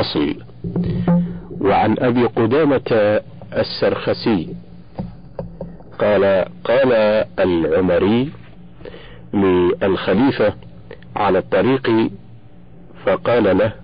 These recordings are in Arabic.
فصل. وعن أبي قدامة السرخسي قال العمري للخليفة على الطريق فقال له،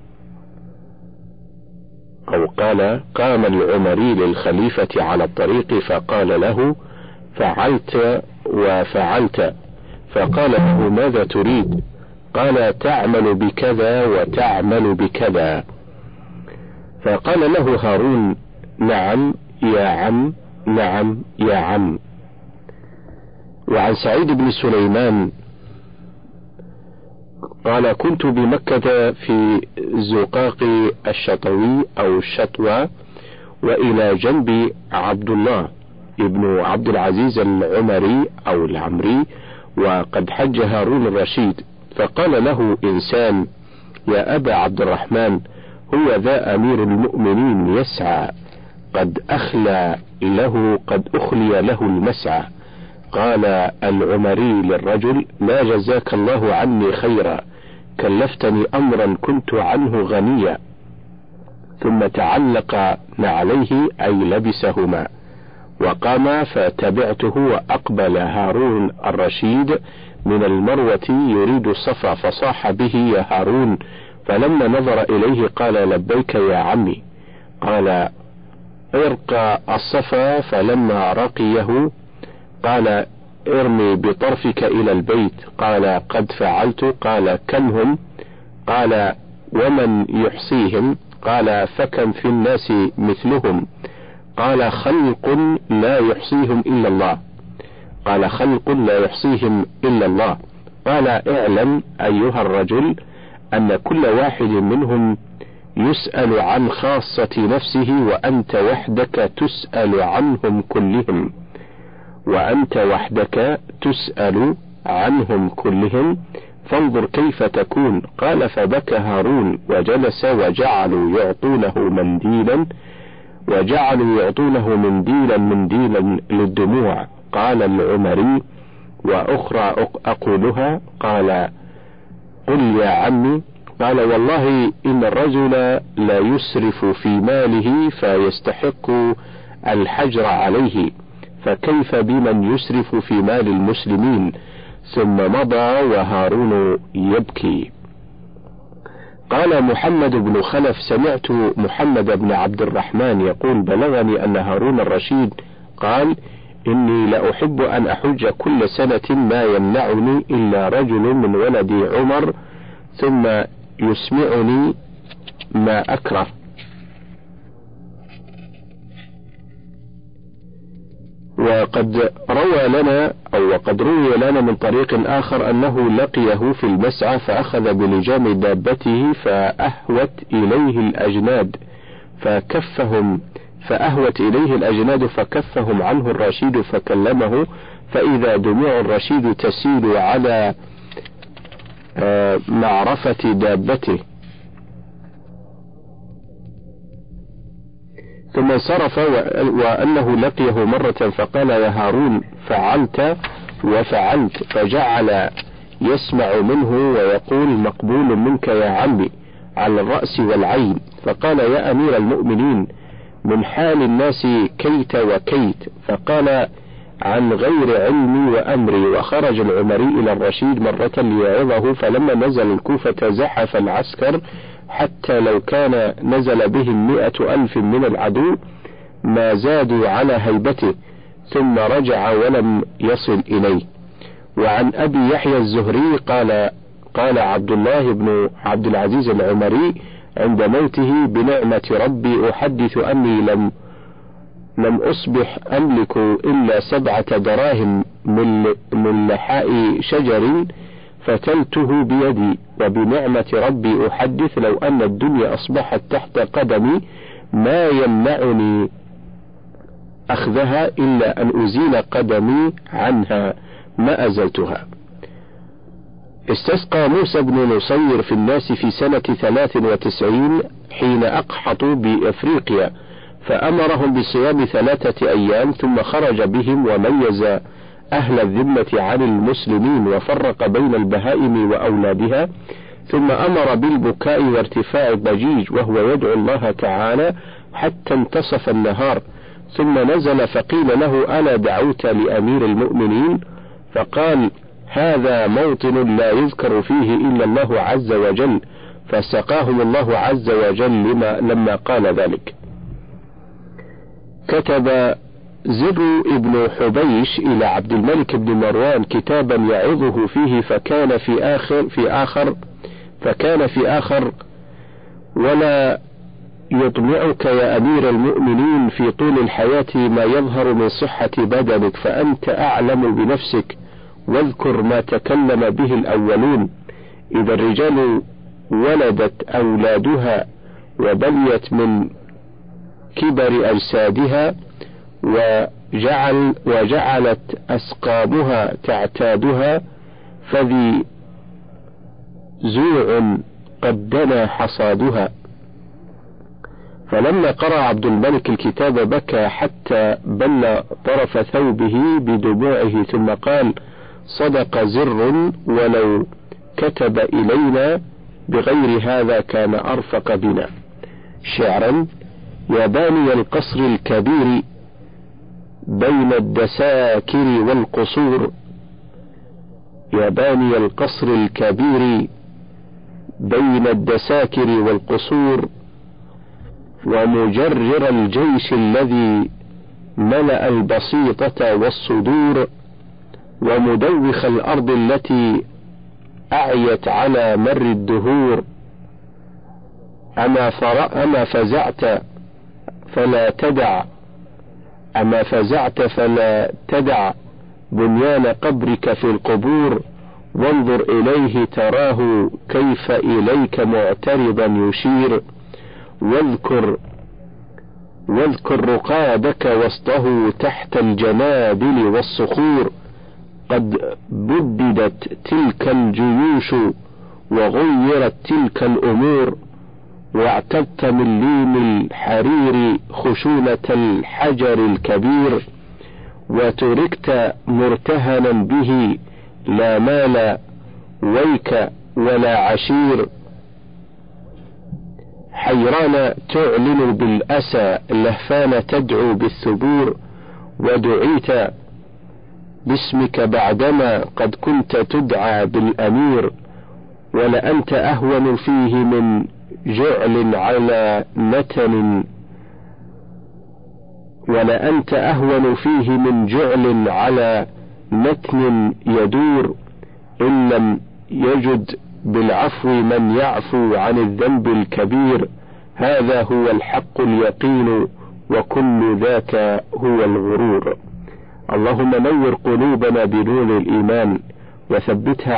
أو قام العمري للخليفة على الطريق فقال له: فعلت وفعلت. فقال له: ماذا تريد؟ قال: تعمل بكذا وتعمل بكذا. فقال له هارون: نعم يا عم، نعم يا عم. وعن سعيد بن سليمان قال: كنت بمكة في زقاق الشطوي أو الشطوى، وإلى جنب عبد الله ابن عبد العزيز العمري أو العمري، وقد حج هارون الرشيد. فقال له إنسان: يا أبا عبد الرحمن، هو ذا أمير المؤمنين يسعى، قد أخلي له المسعى. قال العمري للرجل: لا جزاك الله عني خيرا، كلفتني أمرا كنت عنه غنيا. ثم تعلق نعليه أي لبسهما وقام، فتبعته. وأقبل هارون الرشيد من المروة يريد الصفا، فصاح به: يا هارون. فلما نظر إليه قال: لبيك يا عمي. قال: ارقى الصفا. فلما رقيه قال: ارمي بطرفك إلى البيت. قال: قد فعلت. قال: كم هم؟ قال: ومن يحصيهم؟ قال: فكم في الناس مثلهم؟ قال: خلق لا يحصيهم إلا الله. قال: خلق لا يحصيهم إلا الله. قال: اعلم أيها الرجل أن كل واحد منهم يسأل عن خاصة نفسه، وأنت وحدك تسأل عنهم كلهم، وأنت وحدك تسأل عنهم كلهم، فانظر كيف تكون. قال: فبكى هارون وجلس، وجعلوا يعطونه منديلا للدموع. قال العمري: وأخرى أقولها. قال: قل يا عمي. قال: والله إن الرجل لا يسرف في ماله فيستحق الحجر عليه، فكيف بمن يسرف في مال المسلمين؟ ثم مضى وهارون يبكي. قال محمد بن خلف: سمعت محمد بن عبد الرحمن يقول: بلغني أن هارون الرشيد قال: إني لأحب أن أحج كل سنة، ما يمنعني إلا رجل من ولد عمر، ثم يسمعني ما أكره. وقد روي لنا من طريق آخر أنه لقيه في المسعى، فأخذ بلجام دابته فأهوت إليه الأجناد فكفهم عنه الرشيد، فكلمه، فإذا دموع الرشيد تسيل على معرفة دابته. ثم انصرف، وأنه لقيه مرة فقال: يا هارون، فعلت وفعلت. فجعل يسمع منه ويقول: مقبول منك يا عمي، على الرأس والعين. فقال: يا أمير المؤمنين، من حال الناس كيت وكيت. فقال: عن غير علمي وأمري. وخرج العمري إلى الرشيد مرة ليعظه، فلما نزل الكوفة زحف العسكر، حتى لو كان نزل بهم 100,000 من العدو ما زادوا على هيبته، ثم رجع ولم يصل إليه. وعن أبي يحيى الزهري قال عبد الله بن عبد العزيز العمري عند موته: بنعمة ربي أحدث أني لم أصبح أملك إلا 7 دراهم من لحاء شجر فتلته بيدي، وبنعمة ربي أحدث لو أن الدنيا أصبحت تحت قدمي ما يمنعني أخذها إلا أن أزيل قدمي عنها، ما أزلتها. استسقى موسى بن نصير في الناس في سنة 93 حين أقحطوا بأفريقيا، فأمرهم بصيام 3 أيام، ثم خرج بهم وميز أهل الذمة عن المسلمين، وفرق بين البهائم وأولادها، ثم أمر بالبكاء وارتفاع الضجيج وهو يدعو الله تعالى حتى انتصف النهار، ثم نزل فقيل له: ألا دعوت لأمير المؤمنين؟ فقال: هذا موطن لا يذكر فيه إلا الله عز وجل، فسقاهم الله عز وجل لما قال ذلك. كتب زر ابن حبيش إلى عبد الملك بن مروان كتابا يعظه فيه، فكان في آخر: ولا يطمعك يا أمير المؤمنين في طول الحياة ما يظهر من صحة بدنك، فأنت أعلم بنفسك، واذكر ما تكلم به الأولون: إذا الرجال ولدت أولادها وبليت من كبر أجسادها وجعلت أسقامها تعتادها، فذي زوع قد دنا حصادها. فلما قرأ عبد الملك الكتاب بكى حتى بل طرف ثوبه بدموعه، ثم قال: صدق زر، ولو كتب إلينا بغير هذا كان أرفق بنا. شعرا: يا باني القصر الكبير بين الدساكر والقصور، يا باني القصر الكبير بين الدساكر والقصور، ومجرر الجيش الذي ملأ البسيطة والصدور، ومدوخ الأرض التي أعيت على مر الدهور، أما فزعت فلا تدع بنيان قبرك في القبور، وانظر إليه تراه كيف إليك معترضا يشير، واذكر رقادك وسطه تحت الجنادل والصخور، قد بددت تلك الجيوش وغيرت تلك الأمور، واعتدت من لين الحرير خشونة الحجر الكبير، وتركت مرتهنا به لا مال ويك ولا عشير، حيران تعلن بالأسى لهفان تدعو بالثبور، ودعيت باسمك بعدما قد كنت تدعى بالأمير، ولأنت أهون فيه من جعل على نتن، ولأنت أهون فيه من جعل على نتن يدور، إن لم يجد بالعفو من يعفو عن الذنب الكبير، هذا هو الحق اليقين، وكل ذاك هو الغرور. اللهم نور قلوبنا بنور الإيمان، وثبتها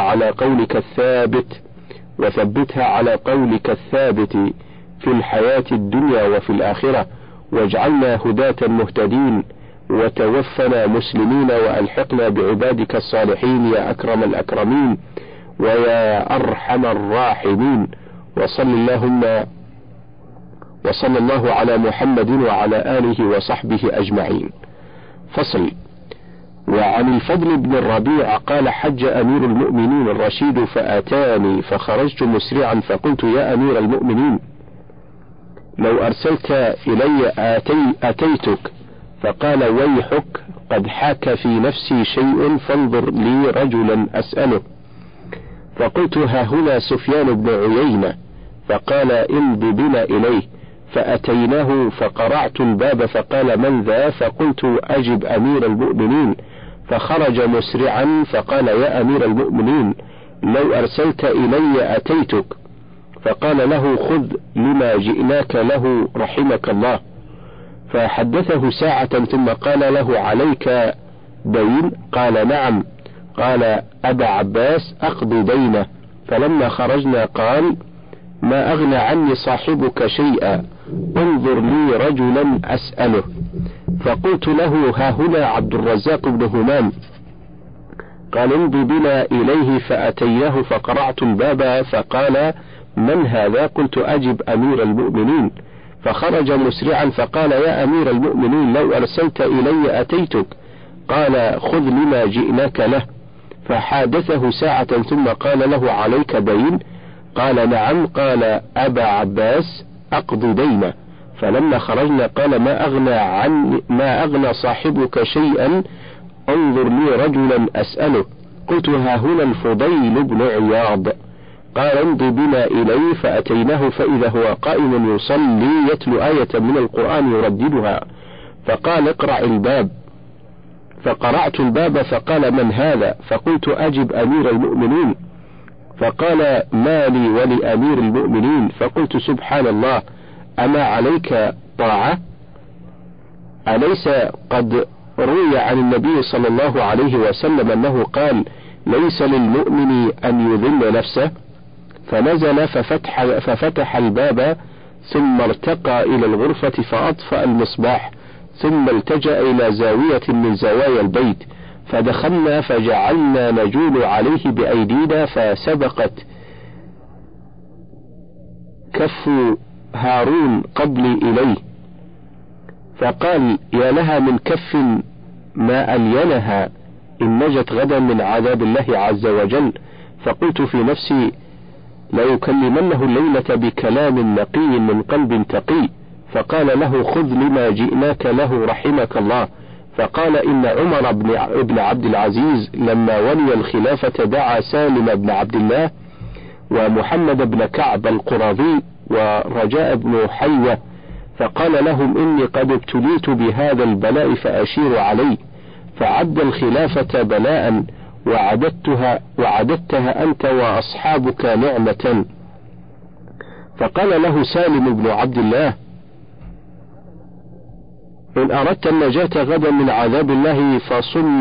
على قولك الثابت في الحياة الدنيا وفي الآخرة، واجعلنا هداة مهتدين، وتوفنا مسلمين، وألحقنا بعبادك الصالحين يا أكرم الأكرمين ويا أرحم الراحمين. وصلى الله على محمد وعلى آله وصحبه أجمعين. فصل. وعن الفضل بن الربيع قال: حج أمير المؤمنين الرشيد فأتاني، فخرجت مسرعا فقلت: يا أمير المؤمنين، لو أرسلت إلي أتيتك. فقال: ويحك، قد حاك في نفسي شيء، فانظر لي رجلا أسأله. فقلت: ها هنا سفيان بن عيينة. فقال: امض بنا إليه. فأتيناه فقرعت الباب، فقال: من ذا؟ فقلت: أجب أمير المؤمنين. فخرج مسرعا فقال: يا أمير المؤمنين، لو أرسلت إلي أتيتك. فقال له: خذ لما جئناك له رحمك الله. فحدثه ساعة ثم قال له: عليك دين؟ قال: نعم. قال: أبا عباس، أقض دينه. فلما خرجنا قال: ما أغنى عني صاحبك شيئا، انظر لي رجلا أسأله. فقلت له: ها هنا عبد الرزاق بن همام. قال: امضي بنا إليه. فأتيناه فقرعت الباب، فقال: من هذا؟ قلت: أجب أمير المؤمنين. فخرج مسرعا فقال: يا أمير المؤمنين، لو أرسلت إلي أتيتك. قال: خذ لما جئناك له. فحادثه ساعة ثم قال له: عليك دين؟ قال نعم. قال أبا عباس أقض دينه. فلما خرجنا قال ما أغنى صاحبك شيئا، انظر لي رجلا أسأله. قلت ها هنا الفضيل بن عياض. قال امضي بنا إليه. فأتيناه فإذا هو قائم يصلي يتلو آية من القرآن يرددها، فقال اقرأ الباب. فقرأت الباب فقال من هذا؟ فقلت أجب أمير المؤمنين. فقال ما لي ولأمير المؤمنين؟ فقلت سبحان الله، أما عليك طاعة؟ أليس قد روي عن النبي صلى الله عليه وسلم أنه قال ليس للمؤمن أن يذل نفسه؟ فنزل ففتح الباب ثم ارتقى إلى الغرفة فأطفأ المصباح، ثم التجأ إلى زاوية من زوايا البيت، فدخلنا فجعلنا نجول عليه بأيدينا، فسبقت كف هارون قبلي إليه، فقال يا لها من كف ما ألينها إن نجت غدا من عذاب الله عز وجل. فقلت في نفسي ليكلمنه الليلة بكلام نقي من قلب تقي. فقال له خذ لما جئناك له رحمك الله. فقال إن عمر بن عبد العزيز لما ولي الخلافة دعا سالم بن عبد الله ومحمد بن كعب القرظي ورجاء بن حيوة، فقال لهم إني قد ابتليت بهذا البلاء فأشير علي. فعد الخلافة بلاء وعددتها أنت وأصحابك نعمة. فقال له سالم بن عبد الله إن أردت النجاة غدا من عذاب الله فصل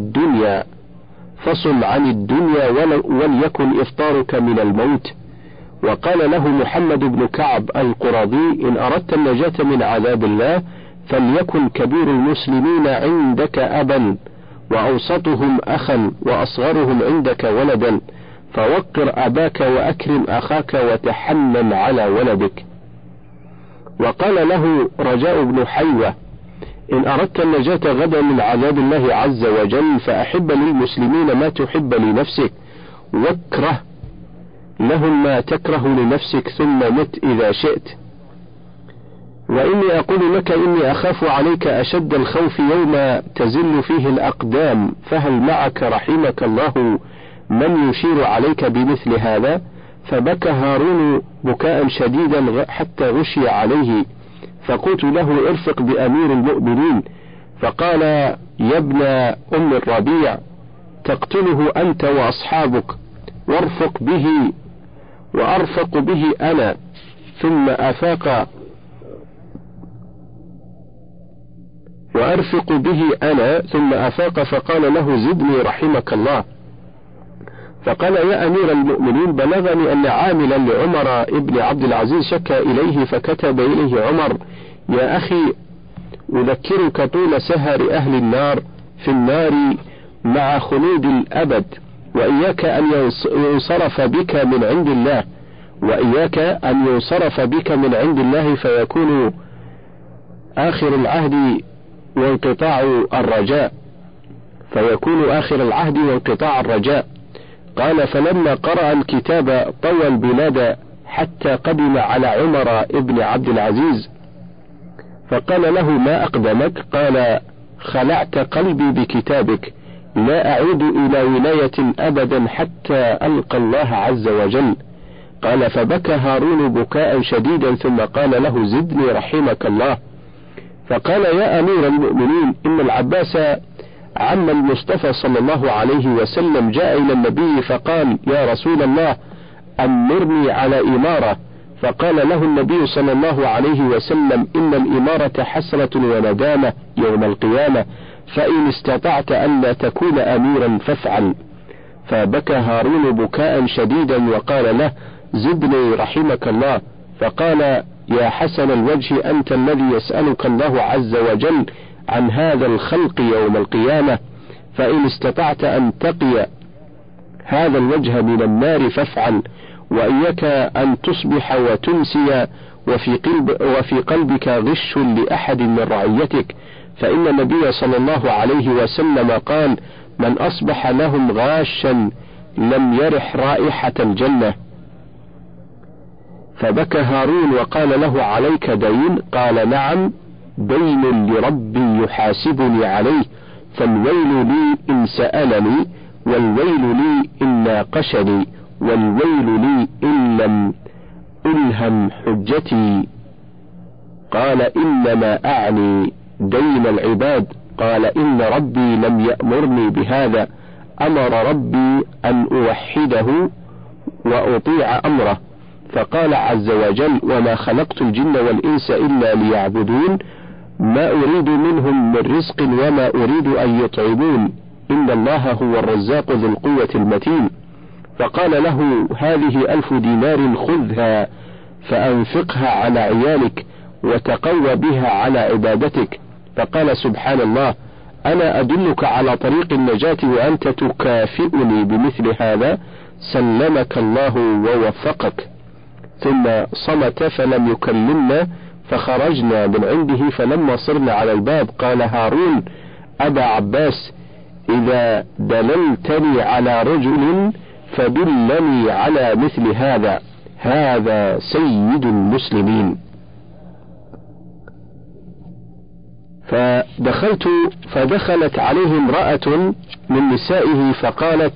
عن الدنيا وليكن إفطارك من الموت. وقال له محمد بن كعب القرظي إن أردت النجاة من عذاب الله فليكن كبير المسلمين عندك أبا، وأوسطهم أخا، وأصغرهم عندك ولدا، فوقر أباك وأكرم أخاك وتحنن على ولدك. وقال له رجاء بن حيوة إن أردت النجاة غدا من عذاب الله عز وجل فأحب للمسلمين ما تحب لنفسك، واكره لهم ما تكره لنفسك، ثم مت إذا شئت. وإني أقول لك إني أخاف عليك أشد الخوف يوم تزل فيه الأقدام، فهل معك رحمك الله من يشير عليك بمثل هذا؟ فبكى هارون بكاء شديدا حتى غشي عليه. فقلت له ارفق بأمير المؤمنين. فقال يا ابن أم الربيع تقتله أنت وأصحابك، وارفق به أنا. ثم أفاق فقال له زدني رحمك الله. فقال يا أمير المؤمنين بلغني أن عاملا لعمر ابن عبد العزيز شكى إليه، فكتب إليه عمر يا أخي أذكرك طول سهر أهل النار في النار مع خلود الأبد، وإياك أن ينصرف بك من عند الله فيكون آخر العهد وانقطاع الرجاء. قال فلما قرأ الكتاب طوى البلاد حتى قدم على عمر ابن عبد العزيز، فقال له ما أقدمك؟ قال خلعت قلبي بكتابك، لا أعود إلى ولاية أبدا حتى ألقى الله عز وجل. قال فبكى هارون بكاء شديدا ثم قال له زدني رحمك الله. فقال يا أمير المؤمنين إن العباس عم المصطفى صلى الله عليه وسلم جاء إلى النبي فقال يا رسول الله أمرني على إمارة. فقال له النبي صلى الله عليه وسلم إن الإمارة حسرة وندامة يوم القيامة، فإن استطعت أن لا تكون أميرا فافعل. فبكى هارون بكاء شديدا وقال له زدني رحمك الله. فقال يا حسن الوجه أنت الذي يسألك الله عز وجل عن هذا الخلق يوم القيامة، فإن استطعت أن تقي هذا الوجه من النار فافعل، وإياك أن تصبح وتمسي وفي قلبك غش لأحد من رعيتك، فإن النبي صلى الله عليه وسلم قال من أصبح لهم غاشا لم يرح رائحة الجنة. فبكى هارون وقال له: عليك دين؟ قال: نعم، دين لربي يحاسبني عليه، فالويل لي إن سألني، والويل لي إن ناقشني، والويل لي إن لم ألهم حجتي. قال: إنما أعني دين العباد. قال: إن ربي لم يأمرني بهذا، أمر ربي أن أوحده وأطيع أمره. فقال عز وجل: وما خلقت الجن والإنس إلا ليعبدون، ما أريد منهم من رزق وما أريد أن يطعمون، إن الله هو الرزاق ذو القوة المتين. فقال له: هذه 1000 دينار خذها فأنفقها على عيالك وتقوى بها على عبادتك. فقال: سبحان الله، أنا أدلك على طريق النجاة وأنت تكافئني بمثل هذا؟ سلمك الله ووفقك. ثم صمت فلم يكلمنا، فخرجنا من عنده، فلما صرنا على الباب قال هارون: أبا عباس، إذا دللتني على رجل فدلني على مثل هذا، هذا سيد المسلمين. فدخلت عليه امرأة من نسائه فقالت: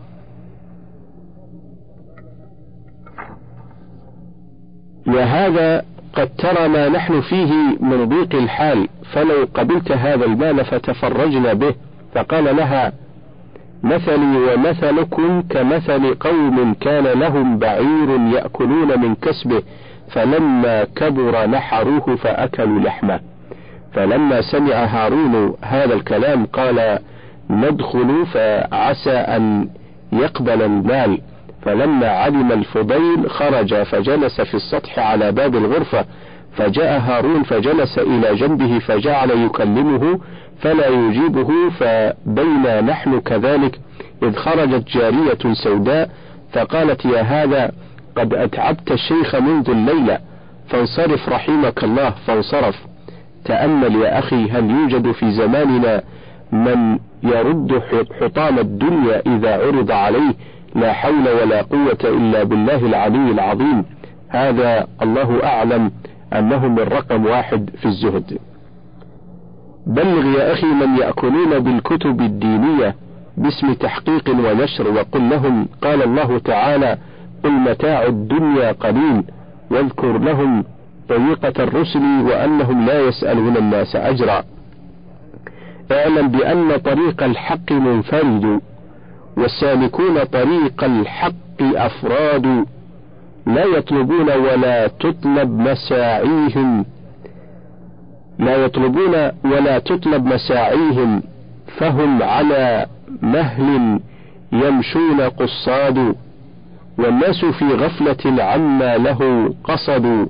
يا هذا، قد ترى ما نحن فيه من ضيق الحال، فلو قبلت هذا المال فتفرجنا به. فقال لها: مثلي ومثلكم كمثل قوم كان لهم بعير يأكلون من كسبه، فلما كبر نحروه فأكلوا لحمه. فلما سمع هارون هذا الكلام قال: ندخل فعسى أن يقبل المال. فلما علم الفضيل خرج فجلس في السطح على باب الغرفة، فجاء هارون فجلس إلى جنبه فجعل يكلمه فلا يجيبه. فبينا نحن كذلك إذ خرجت جارية سوداء فقالت: يا هذا، قد أتعبت الشيخ منذ الليلة، فانصرف رحمك الله. فانصرف. تأمل يا أخي، هل يوجد في زماننا من يرد حطام الدنيا إذا عرض عليه؟ لا حول ولا قوة إلا بالله العلي العظيم. هذا الله أعلم أنه من رقم 1 في الزهد. بلغ يا أخي من يأكلون بالكتب الدينية باسم تحقيق ونشر، وقل لهم: قال الله تعالى: قل متاع الدنيا قليل، واذكر لهم طريقة الرسل وأنهم لا يسألون الناس أجرا. اعلم بأن طريق الحق منفرد، والسالكون طريق الحق أفراد، لا يطلبون ولا تطلب مساعيهم، فهم على مهل يمشون قصاد، والناس في غفلة عما له قصد،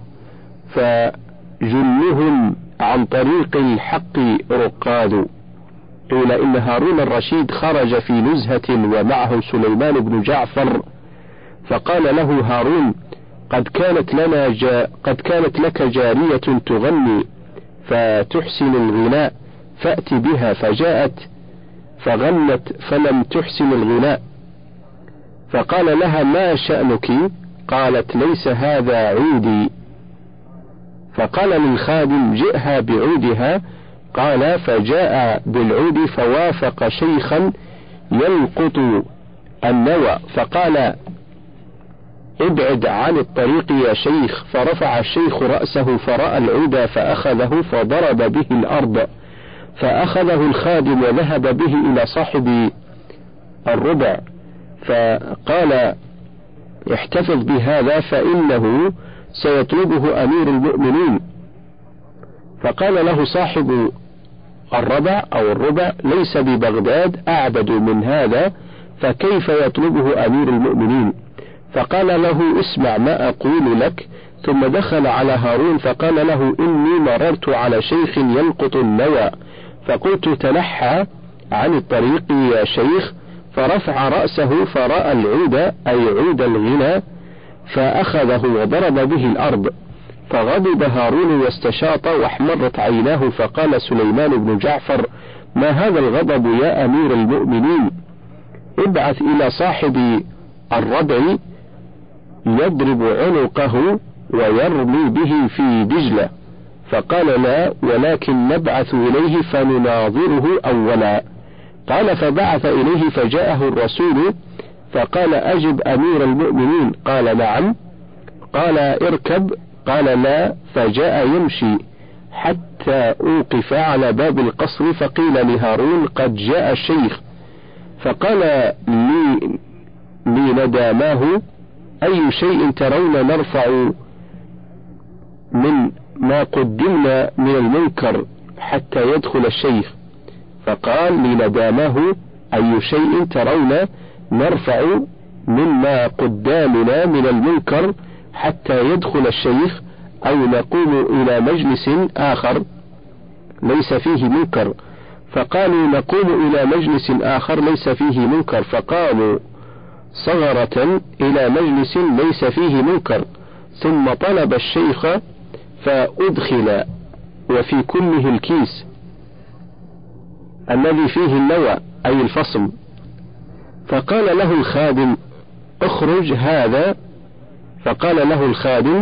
فجلهم عن طريق الحق رقاد. قيل إن هارون الرشيد خرج في نزهة ومعه سليمان بن جعفر، فقال له هارون: قد كانت لك جارية تغني فتحسن الغناء، فأت بها. فجاءت فغنت فلم تحسن الغناء، فقال لها: ما شأنك؟ قالت: ليس هذا عودي. فقال للخادم: جئها بعودها. قال: فجاء بالعود فوافق شيخا يلقط النوى، فقال: ابعد عن الطريق يا شيخ. فرفع الشيخ رأسه فرأى العود فأخذه فضرب به الأرض، فأخذه الخادم وذهب به إلى صاحب الربع، فقال: احتفظ بهذا فإنه سيطلبه أمير المؤمنين. فقال له صاحب الربع: ليس ببغداد أعبد من هذا، فكيف يطلبه أمير المؤمنين؟ فقال له: اسمع ما أقول لك. ثم دخل على هارون فقال له: إني مررت على شيخ يلقط النوى، فقلت: تنحى عن الطريق يا شيخ. فرفع رأسه فرأى العود، أي عود الغنى، فأخذه وضرب به الأرض. فغضب هارون واستشاط واحمرت عيناه. فقال سليمان بن جعفر: ما هذا الغضب يا أمير المؤمنين؟ ابعث إلى صاحب الربع يضرب عنقه ويرمي به في دجلة؟ فقال لا، ولكن نبعث إليه فنناظره أولا. قال فبعث إليه فجاءه الرسول فقال أجب أمير المؤمنين. قال نعم. قال اركب. قال لا. فجاء يمشي حتى أوقف على باب القصر فقيل لهارون قد جاء الشيخ. فقال لي نداماه أي شيء ترون نرفع من ما قدمنا من المنكر حتى يدخل الشيخ؟ فقال لنداماه أي شيء ترون نرفع مما قدامنا من المنكر حتى يدخل الشيخ، أو نقوم إلى مجلس آخر ليس فيه منكر؟ فقالوا نقوم إلى مجلس آخر ليس فيه منكر. فقاموا صغرة إلى مجلس ليس فيه منكر، ثم طلب الشيخ فأدخل وفي كله الكيس الذي فيه النوى أي الفصل. فقال له الخادم اخرج هذا. فقال له الخادم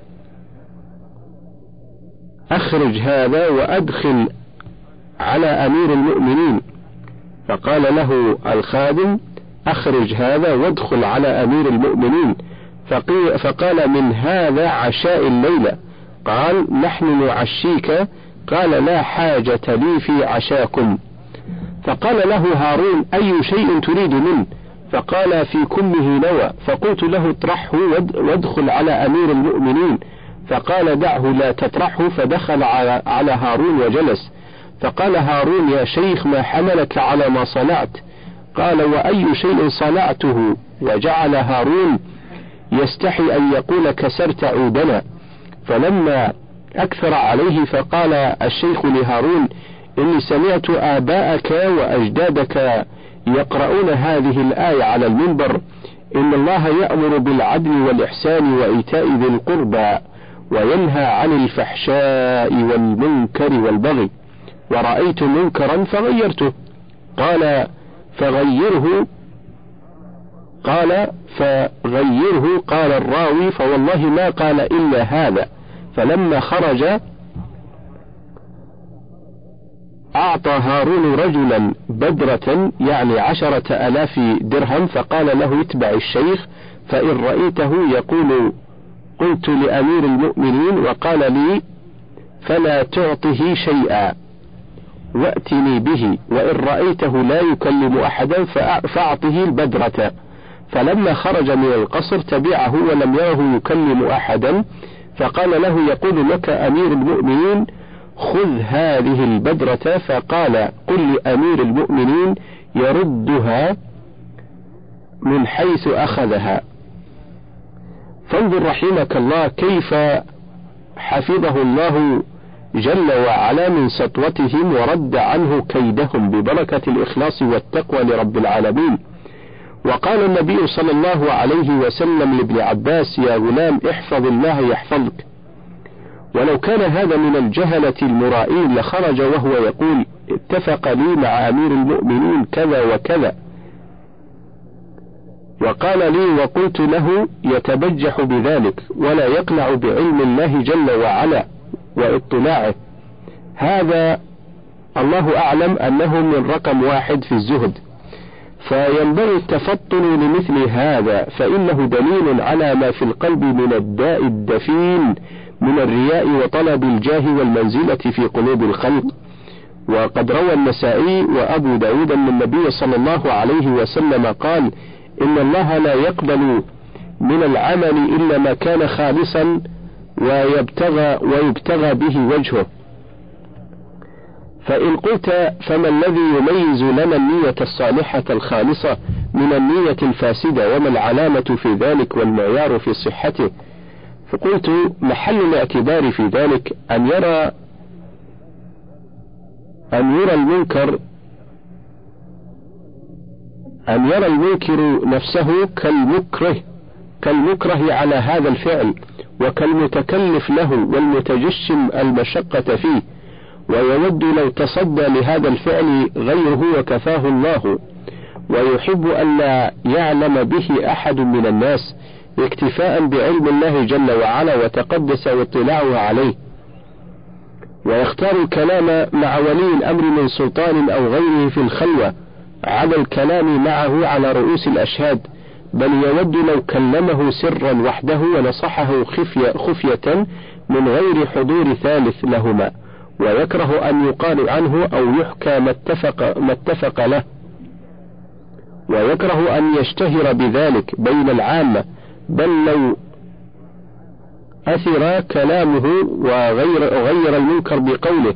أخرج هذا وأدخل على أمير المؤمنين. فقال له الخادم أخرج هذا وادخل على أمير المؤمنين. فقال من هذا عشاء الليلة؟ قال نحن نعشيك. قال لا حاجة لي في عشاكم. فقال له هارون أي شيء تريد منه؟ فقال في كله نوى. فقلت له اطرحه وادخل على أمير المؤمنين. فقال دعه لا تطرحه. فدخل على هارون وجلس. فقال هارون يا شيخ ما حملك على ما صنعت؟ قال وأي شيء صنعته؟ وجعل هارون يستحي أن يقول كسرت عودنا. فلما أكثر عليه فقال الشيخ لهارون إني سمعت آباءك وأجدادك يقرؤون هذه الآية على المنبر إن الله يأمر بالعدل والإحسان وإيتاء ذي القربى وينهى عن الفحشاء والمنكر والبغي، ورأيت منكرا فغيرته. قال فغيره. قال الراوي فوالله ما قال إلا هذا. فلما خرج أعطى هارون رجلا بدرة يعني 10,000 درهم، فقال له اتبع الشيخ فإن رأيته يقول قلت لأمير المؤمنين وقال لي فلا تعطه شيئا وأتني به، وإن رأيته لا يكلم أحدا فأعطه البدرة. فلما خرج من القصر تبعه ولم يره يكلم أحدا، فقال له يقول لك أمير المؤمنين خذ هذه البدرة. فقال قل لأمير المؤمنين يردها من حيث أخذها. فانظر رحمك الله كيف حفظه الله جل وعلا من سطوتهم ورد عنه كيدهم ببركة الإخلاص والتقوى لرب العالمين. وقال النبي صلى الله عليه وسلم لابن عباس يا غلام احفظ الله يحفظك. ولو كان هذا من الجهلة المرائين لخرج وهو يقول اتفق لي مع أمير المؤمنين كذا وكذا وقال لي وقلت له يتبجح بذلك ولا يقنع بعلم الله جل وعلا واطلاعه. هذا الله أعلم أنه من رقم 1 في الزهد، فينبغي التفطن لمثل هذا، فإنه دليل على ما في القلب من الداء الدفين من الرياء وطلب الجاه والمنزلة في قلوب الخلق. وقد روى النسائي وأبو داود أن النبي صلى الله عليه وسلم قال إن الله لا يقبل من العمل إلا ما كان خالصا ويبتغى به وجهه. فإن قلت فما الذي يميز لنا النية الصالحة الخالصة من النية الفاسدة وما العلامة في ذلك والمعيار في صحته؟ فقلت محل الاعتبار في ذلك أن يرى المنكر نفسه كالمكره على هذا الفعل وكالمتكلف له والمتجشم المشقة فيه، ويود لو تصدى لهذا الفعل غيره وكفاه الله، ويحب أن لا يعلم به أحد من الناس اكتفاء بعلم الله جل وعلا وتقدس واطلاعه عليه، ويختار الكلام مع ولي الأمر من سلطان أو غيره في الخلوة على الكلام معه على رؤوس الأشهاد، بل يود لو كلمه سرا وحده ونصحه خفية من غير حضور ثالث لهما، ويكره أن يقال عنه أو يحكى ما اتفق له، ويكره أن يشتهر بذلك بين العامة، بل لو أثر كلامه وغير المنكر بقوله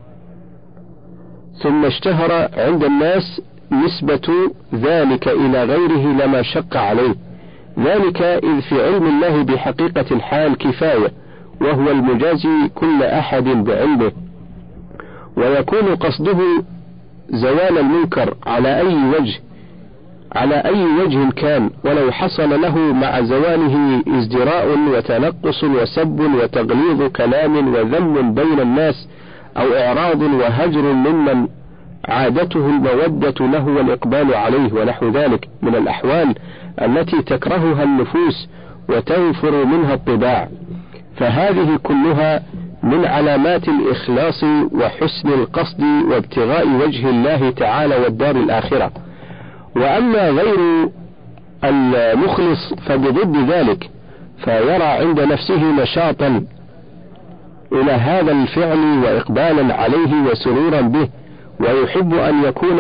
ثم اشتهر عند الناس نسبة ذلك إلى غيره لما شق عليه، ذلك إذ في علم الله بحقيقة الحال كفاية، وهو المجازي كل أحد بعلمه، ويكون قصده زوال المنكر على أي وجه كان، ولو حصل له مع زواله ازدراء وتنقص وسب وتغليظ كلام وذم بين الناس أو إعراض وهجر ممن عادته المودة له والإقبال عليه ونحو ذلك من الأحوال التي تكرهها النفوس وتنفر منها الطباع، فهذه كلها من علامات الإخلاص وحسن القصد وابتغاء وجه الله تعالى والدار الآخرة. وأما غير المخلص فبضد ذلك، فيرى عند نفسه نشاطا إلى هذا الفعل وإقبالا عليه وسرورا به، ويحب أن يكون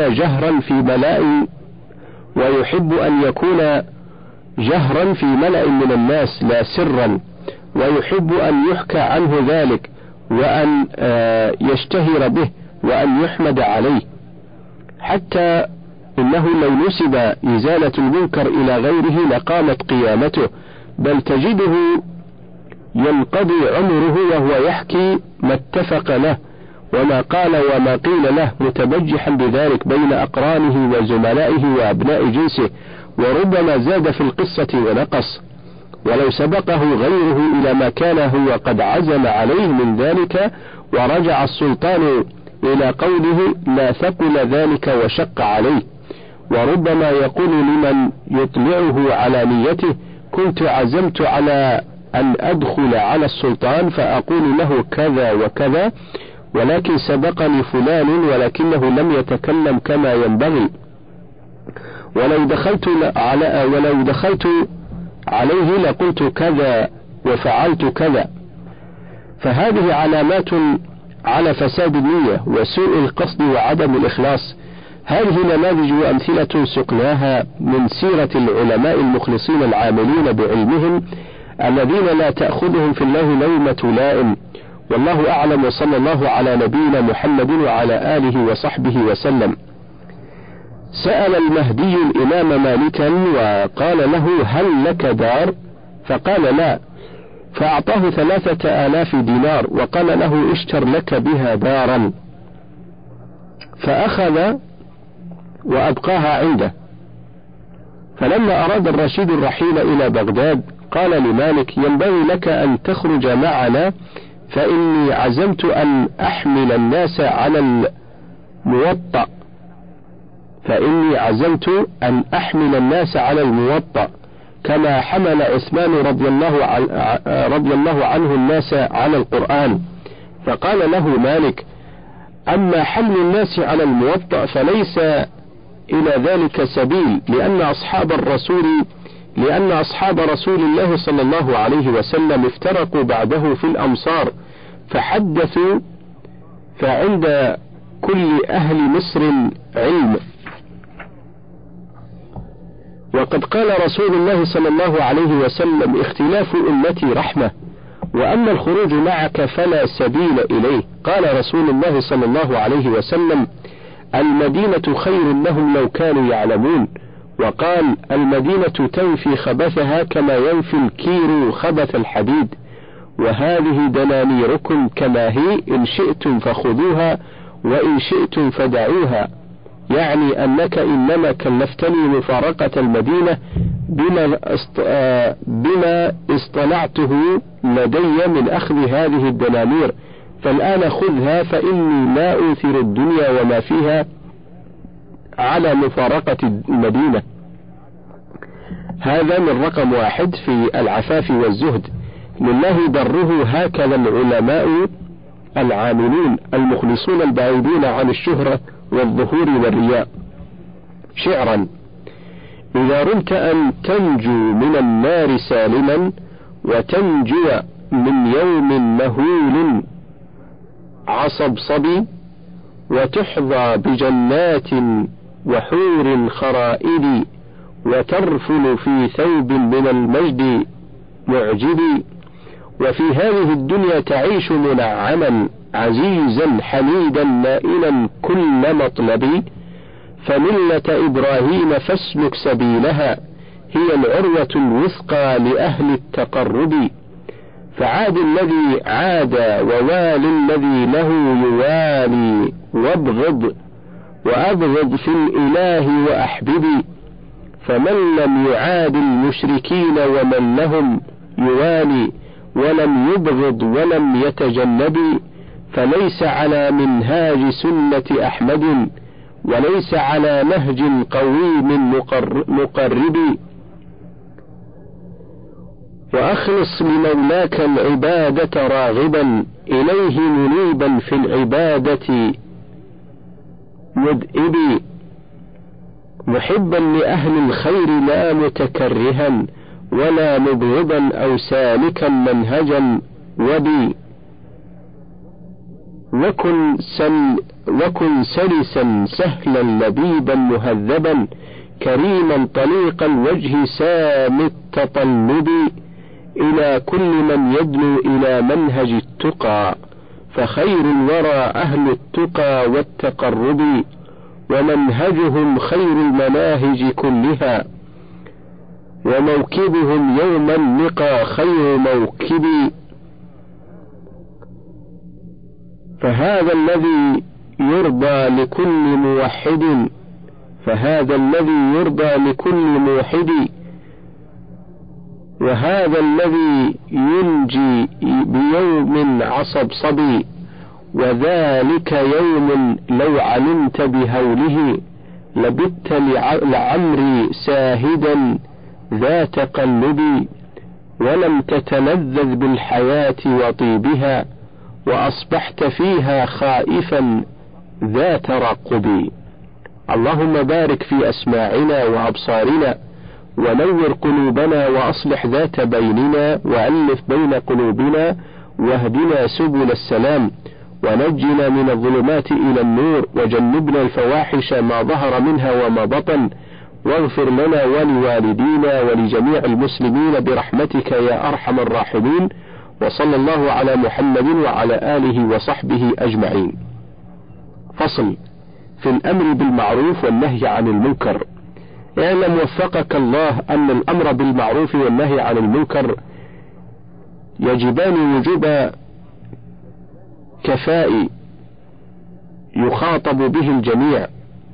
جهرا في ملأ من الناس لا سرا، ويحب أن يحكى عنه ذلك وأن يشتهر به وأن يحمد عليه، حتى إنه لو نسب إزالة المنكر إلى غيره لقامت قيامته، بل تجده ينقضي عمره وهو يحكي ما اتفق له وما قال وما قيل له، متبجحا بذلك بين أقرانه وزملائه وأبناء جنسه، وربما زاد في القصة ونقص، ولو سبقه غيره إلى ما كان هو قد عزم عليه من ذلك ورجع السلطان إلى قوله لا ثقل ذلك وشق عليه، وربما يقول لمن يطلعه على نيته كنت عزمت على أن أدخل على السلطان فأقول له كذا وكذا، ولكن سبقني فلان ولكنه لم يتكلم كما ينبغي، ولو دخلت عليه لقلت كذا وفعلت كذا. فهذه علامات على فساد النية وسوء القصد وعدم الإخلاص. هذه نماذج وأمثلة سقناها من سيرة العلماء المخلصين العاملين بعلمهم الذين لا تأخذهم في الله لومة لائم، والله أعلم، وصلى الله على نبينا محمد وعلى آله وصحبه وسلم. سأل المهدي الإمام مالكا وقال له هل لك دار؟ فقال لا، فأعطاه 3000 دينار وقال له اشتر لك بها دارا، فأخذ وأبقاها عنده. فلما أراد الرشيد الرحيل إلى بغداد قال لمالك ينبغي لك أن تخرج معنا، فإني عزمت أن أحمل الناس على الموطأ كما حمل عثمان رضي الله عنه الناس على القرآن. فقال له مالك أما حمل الناس على الموطأ فليس إلى ذلك سبيل، لأن أصحاب رسول الله صلى الله عليه وسلم افترقوا بعده في الأمصار فحدثوا، فعند كل أهل مصر علم. وقد قال رسول الله صلى الله عليه وسلم اختلاف أمتي رحمة، وأما الخروج معك فلا سبيل إليه. قال رسول الله صلى الله عليه وسلم المدينة خير لهم لو كانوا يعلمون، وقال المدينة تنفي خبثها كما ينفي الكير خبث الحديد، وهذه دنانيركم كما هي إن شئتم فخذوها وإن شئتم فدعوها، يعني أنك إنما كلفتني مفارقة المدينة بما اصطنعته لدي من أخذ هذه الدنانير، فالآن خذها فإني لا أوثر الدنيا وما فيها على مفارقة المدينة. هذا من رقم 1 في العفاف والزهد. لله بره، هكذا العلماء العاملون المخلصون البعيدين عن الشهرة والظهور والرياء. شعرا: إذا رمت أن تنجو من النار سالما، وتنجو من يوم مهول عصبصبي، وتحظى بجنات وحور خرائب، وترفل في ثوب من المجد معجب، وفي هذه الدنيا تعيش منعما عزيزا حميدا نائلا كل مطلب، فملة إبراهيم فاسلك سبيلها، هي العروة الوثقى لأهل التقرب، فعاد الذي عاد ووالي الذي له يوالي، وأبغض في الإله وأحببي، فمن لم يعاد المشركين ومن لهم يوالي، ولم يبغض ولم يتجنب، فليس على منهاج سنة أحمد، وليس على نهج قويم مقرب، وأخلص لمولاك العبادة راغبا، إليه منيبا في العبادة مذئب، محبا لأهل الخير لا متكرها، ولا مبغضا أو سالكا منهجا وبي، وكن سلسا سهلا لبيبا مهذبا، كريما طليق الوجه سام التطلب، إلى كل من يدنو إلى منهج التقى، فخير الورى أهل التقى والتقرب، ومنهجهم خير المناهج كلها، وموكبهم يوم اللقى خير موكب، فهذا الذي يرضى لكل موحد، فهذا الذي يرضى لكل موحد، وهذا الذي ينجي بيوم عصبصبي، وذلك يوم لو علمت بهوله، لبت لعمري ساهدا ذا تقلب، ولم تتلذذ بالحياة وطيبها، وأصبحت فيها خائفا ذا ترقب. اللهم بارك في أسماعنا وأبصارنا، ونور قلوبنا، وأصلح ذات بيننا، وألف بين قلوبنا، واهدنا سبل السلام، ونجنا من الظلمات إلى النور، وجنبنا الفواحش ما ظهر منها وما بطن، واغفر لنا ولوالدينا ولجميع المسلمين برحمتك يا أرحم الراحمين. وصلى الله على محمد وعلى آله وصحبه أجمعين. فصل في الأمر بالمعروف والنهي عن المنكر. اعلم وفقك الله أن الأمر بالمعروف والنهي عن المنكر يجبان وجوب كفاء يخاطب به الجميع،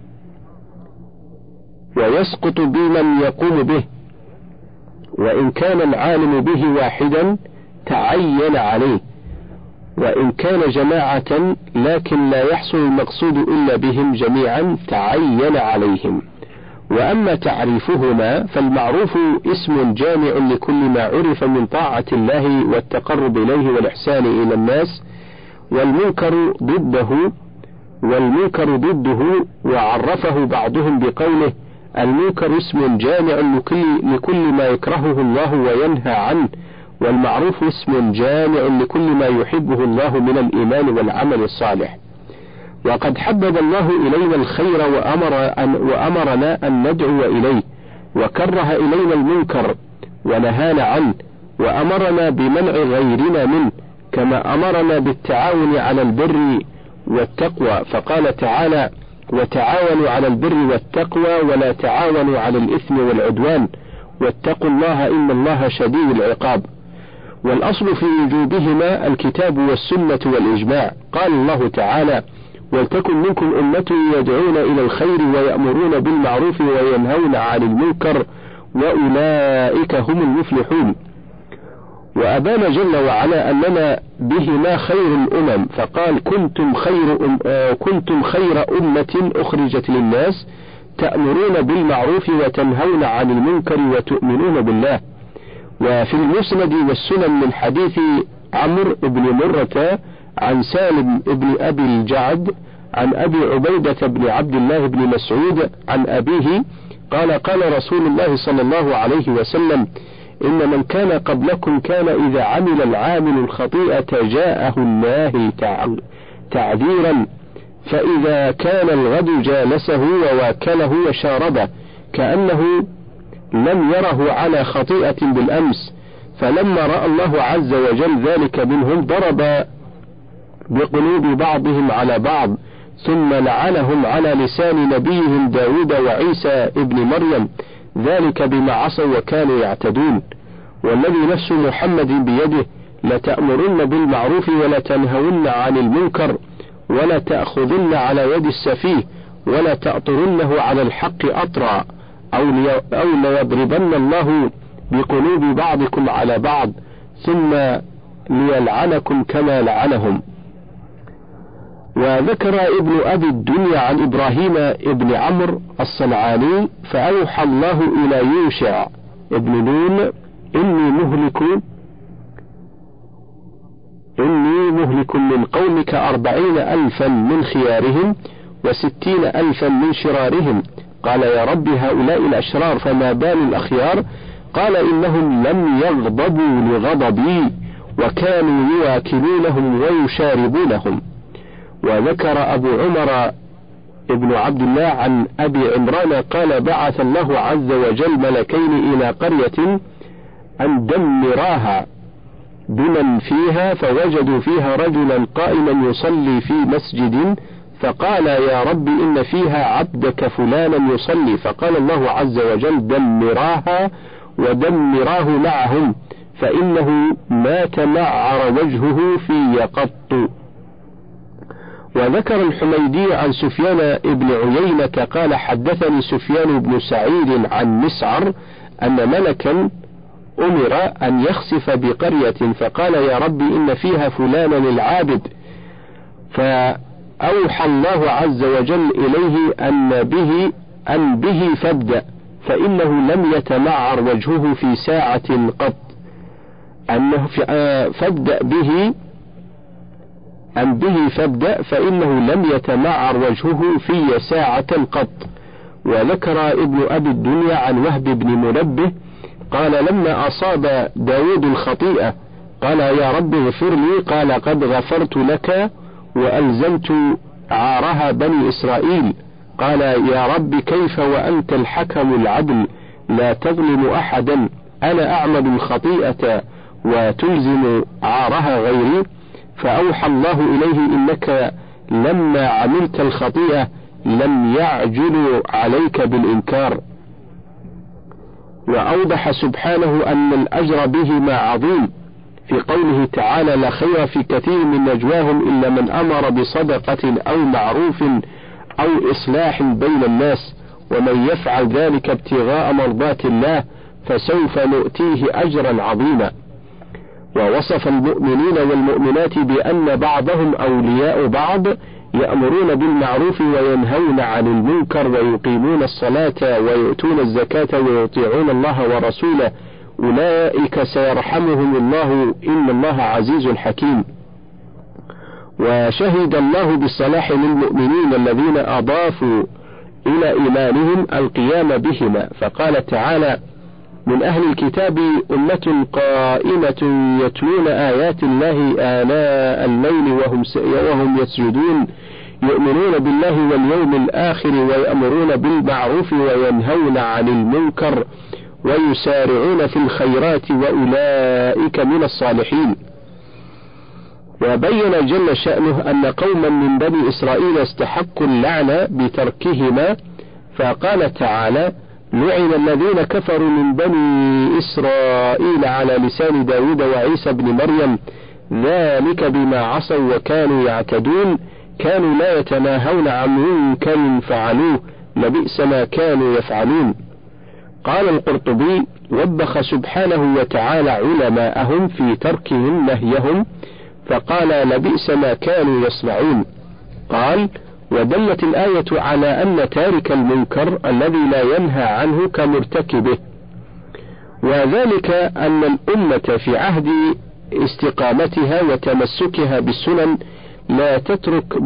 ويسقط بمن يقوم به، وإن كان العالم به واحدا تعين عليه، وإن كان جماعة لكن لا يحصل المقصود إلا بهم جميعا تعين عليهم. وأما تعريفهما فالمعروف اسم جامع لكل ما عرف من طاعة الله والتقرب إليه والإحسان إلى الناس، والمنكر ضده، وعرفه بعضهم بقوله المنكر اسم جامع لكل ما يكرهه الله وينهى عنه، والمعروف اسم جامع لكل ما يحبه الله من الإيمان والعمل الصالح. وقد حبب الله إلينا الخير وأمرنا أن ندعو إليه، وكره إلينا المنكر ونهانا عنه، وأمرنا بمنع غيرنا منه، كما أمرنا بالتعاون على البر والتقوى، فقال تعالى وتعاونوا على البر والتقوى ولا تعاونوا على الإثم والعدوان، واتقوا الله إن الله شديد العقاب. والأصل في وجوبهما الكتاب والسنة والإجماع. قال الله تعالى ولتكن منكم أمة يدعون إلى الخير ويأمرون بالمعروف وينهون عن المنكر وأولئك هم المفلحون. وأبان جل وعلا أننا بهما خير الأمم، فقال كنتم خير أمة أخرجت للناس تأمرون بالمعروف وتنهون عن المنكر وتؤمنون بالله. وفي المسند والسنن من حديث عمرو بن مرة عن سالم بن أبي الجعد عن أبي عبيدة بن عبد الله بن مسعود عن أبيه قال قال رسول الله صلى الله عليه وسلم: إن من كان قبلكم كان إذا عمل العامل الخطيئة جاءه الناهي تعذيرا، فإذا كان الغد جالسه وواكله وشاربه كأنه لم يره على خطيئة بالأمس، فلما رأى الله عز وجل ذلك منهم ضرب بقلوب بعضهم على بعض، ثم لعنهم على لسان نبيهم داود وعيسى ابن مريم، ذلك بما عصوا وكانوا يعتدون. والذي نفس محمد بيده لتأمرن بالمعروف ولتنهون عن المنكر ولا تأخذن على يد السفيه ولا تأطرنه على الحق أطرا أو ليضربن الله بقلوب بعضكم على بعض ثم ليلعنكم كما لعنهم. وذكر ابن أبي الدنيا عن إبراهيم ابن عمرو الصنعاني: فأوحى الله إلى يوشع ابن نون: إني مهلك من قومك 40,000 من خيارهم 60,000 من شرارهم. قال: يا رب هؤلاء الأشرار فما بال الأخيار؟ قال: إنهم لم يغضبوا لغضبي وكانوا يواكلونهم ويشاربونهم. وذكر أبو عمر ابن عبد الله عن أبي عمران قال: بعث الله عز وجل ملكين إلى قرية أن دمراها بمن فيها، فوجدوا فيها رجلا قائما يصلي في مسجد، فقال: يا رب إن فيها عبدك فلانا يصلي. فقال الله عز وجل: دمراها ودمراه معهم، فإنه ما تمعر وجهه في قط. وذكر الحميدي عن سفيان بن عيينة قال: حدثني سفيان بن سعيد عن مسعر أن ملكا أمر أن يخسف بقرية، فقال: يا رب إن فيها فلانا العابد، فأوحى الله عز وجل إليه أن به فابدأ، فإنه لم يتمعر وجهه في ساعة قط، فابدأ فإنه لم يتمعر وجهه في ساعة قط. وذكر ابن أبي الدنيا عن وهب بن منبه قال: لما أصاب داود الخطيئة قال: يا رب اغفر لي، قال: قد غفرت لك وألزمت عارها بني إسرائيل. قال: يا رب كيف وأنت الحكم العدل لا تظلم أحدا، أنا أعمل الخطيئة وتلزم عارها غيري؟ فأوحى الله إليه: إنك لما عملت الخطيئة لم يعجلوا عليك بالإنكار. وأوضح سبحانه أن الأجر بهما عظيم في قوله تعالى: لا خير في كثير من نجواهم إلا من أمر بصدقة أو معروف أو إصلاح بين الناس، ومن يفعل ذلك ابتغاء مرضات الله فسوف نؤتيه أجرا عظيما. ووصف المؤمنين والمؤمنات بأن بعضهم أولياء بعض، يأمرون بالمعروف وينهون عن المنكر ويقيمون الصلاة ويؤتون الزكاة ويطيعون الله ورسوله، أولئك سيرحمهم الله إن الله عزيز حكيم. وشهد الله بالصلاح للمؤمنين الذين أضافوا إلى إيمانهم القيام بهما، فقال تعالى: من أهل الكتاب أمة قائمة يتلون آيات الله آناء الليل وهم يسجدون يؤمنون بالله واليوم الآخر ويأمرون بالمعروف وينهون عن المنكر ويسارعون في الخيرات وأولئك من الصالحين. وبين جل شأنه أن قوما من بني إسرائيل استحقوا اللعنة بتركهما، فقال تعالى: لعن الذين كفروا من بني إسرائيل على لسان داود وعيسى بن مريم، ذلك بما عصوا وكانوا يعتدون، كانوا لا يتناهون عن منكر فعلوه، لبئس ما كانوا يفعلون. قال القرطبي: وبخ سبحانه وتعالى علماءهم في تركهم نهيهم، فقال: لبئس ما كانوا يصنعون. قال: ودلت الآية على أن تارك المنكر الذي لا ينهى عنه كمرتكبه، وذلك أن الأمة في عهد استقامتها وتمسكها بالسنن لا تترك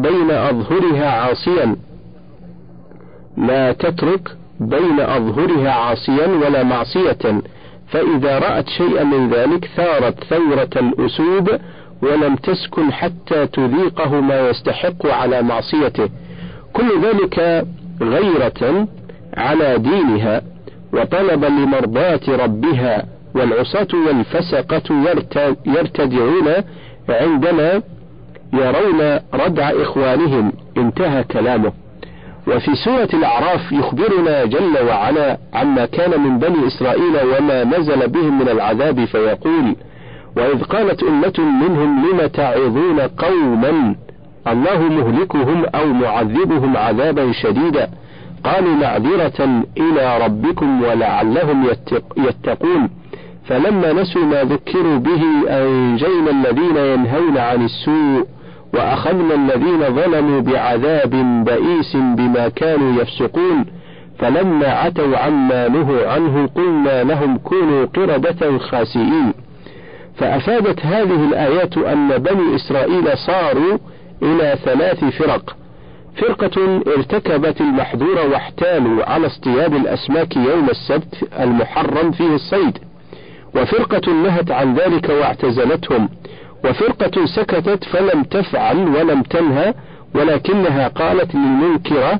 بين أظهرها عاصيا ولا معصية، فإذا رأت شيئا من ذلك ثارت ثورة الأسود ولم تسكن حتى تذيقه ما يستحق على معصيته، كل ذلك غيرة على دينها وطلبا لمرضاة ربها. والعصاة والفسقة يرتدعون عندما يرون ردع إخوانهم. انتهى كلامه. وفي سورة الأعراف يخبرنا جل وعلا عما كان من بني إسرائيل وما نزل بهم من العذاب، فيقول: وإذ قالت أمة منهم لم تعظون قوما الله مهلكهم أو معذبهم عذابا شديدا قالوا معذرة إلى ربكم ولعلهم يتقون فلما نسوا ما ذكروا به أنجينا الذين ينهون عن السوء وأخذنا الذين ظلموا بعذاب بئيس بما كانوا يفسقون فلما عتوا عما نهوا عنه قلنا لهم كونوا قردة خاسئين. فأفادت هذه الآيات أن بني إسرائيل صاروا إلى 3 فرق: فرقة ارتكبت المحظور واحتالوا على اصطياد الأسماك يوم السبت المحرم فيه الصيد، وفرقة نهت عن ذلك واعتزلتهم، وفرقة سكتت فلم تفعل ولم تنهى ولكنها قالت للمنكرة: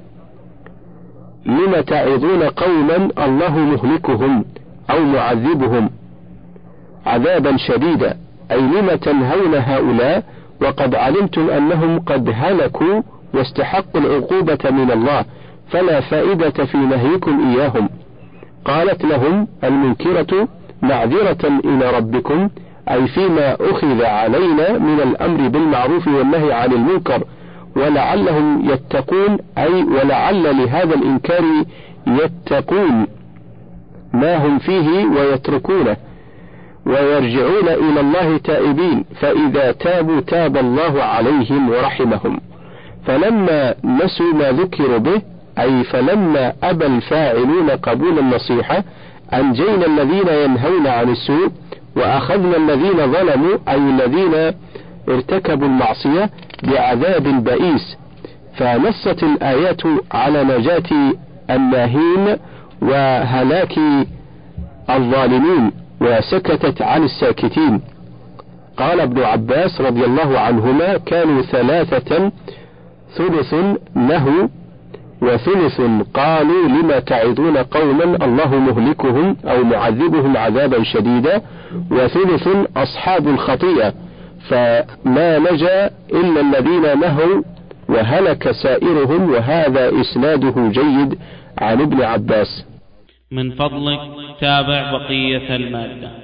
لم تعظون قوما الله مهلكهم أو معذبهم عذابا شديدا، أي لم تنهون هؤلاء وقد علمتم أنهم قد هلكوا واستحقوا العقوبة من الله فلا فائدة في نهيكم إياهم. قالت لهم المنكرة: معذرة إلى ربكم، أي فيما أخذ علينا من الأمر بالمعروف والنهي عن المنكر، ولعلهم يتقون، أي ولعل لهذا الإنكار يتقون ما هم فيه ويتركونه ويرجعون إلى الله تائبين، فإذا تابوا تاب الله عليهم ورحمهم. فلما نسوا ما ذكروا به، أي فلما أبى الفاعلون قبول النصيحة، أنجينا الذين ينهون عن السوء وأخذنا الذين ظلموا، أي الذين ارتكبوا المعصية، بعذاب بئيس. فنصت الآيات على نجاة الناهين وهلاك الظالمين وسكتت عن الساكتين. قال ابن عباس رضي الله عنهما: كانوا 3: ثلث نهوا وثلث قالوا لما تعظون قوما الله مهلكهم أو معذبهم عذابا شديدا، وثلث أصحاب الخطيئة فما نجا إلا الذين نهوا وهلك سائرهم. وهذا إسناده جيد عن ابن عباس. من فضلك تابع بقية المادة.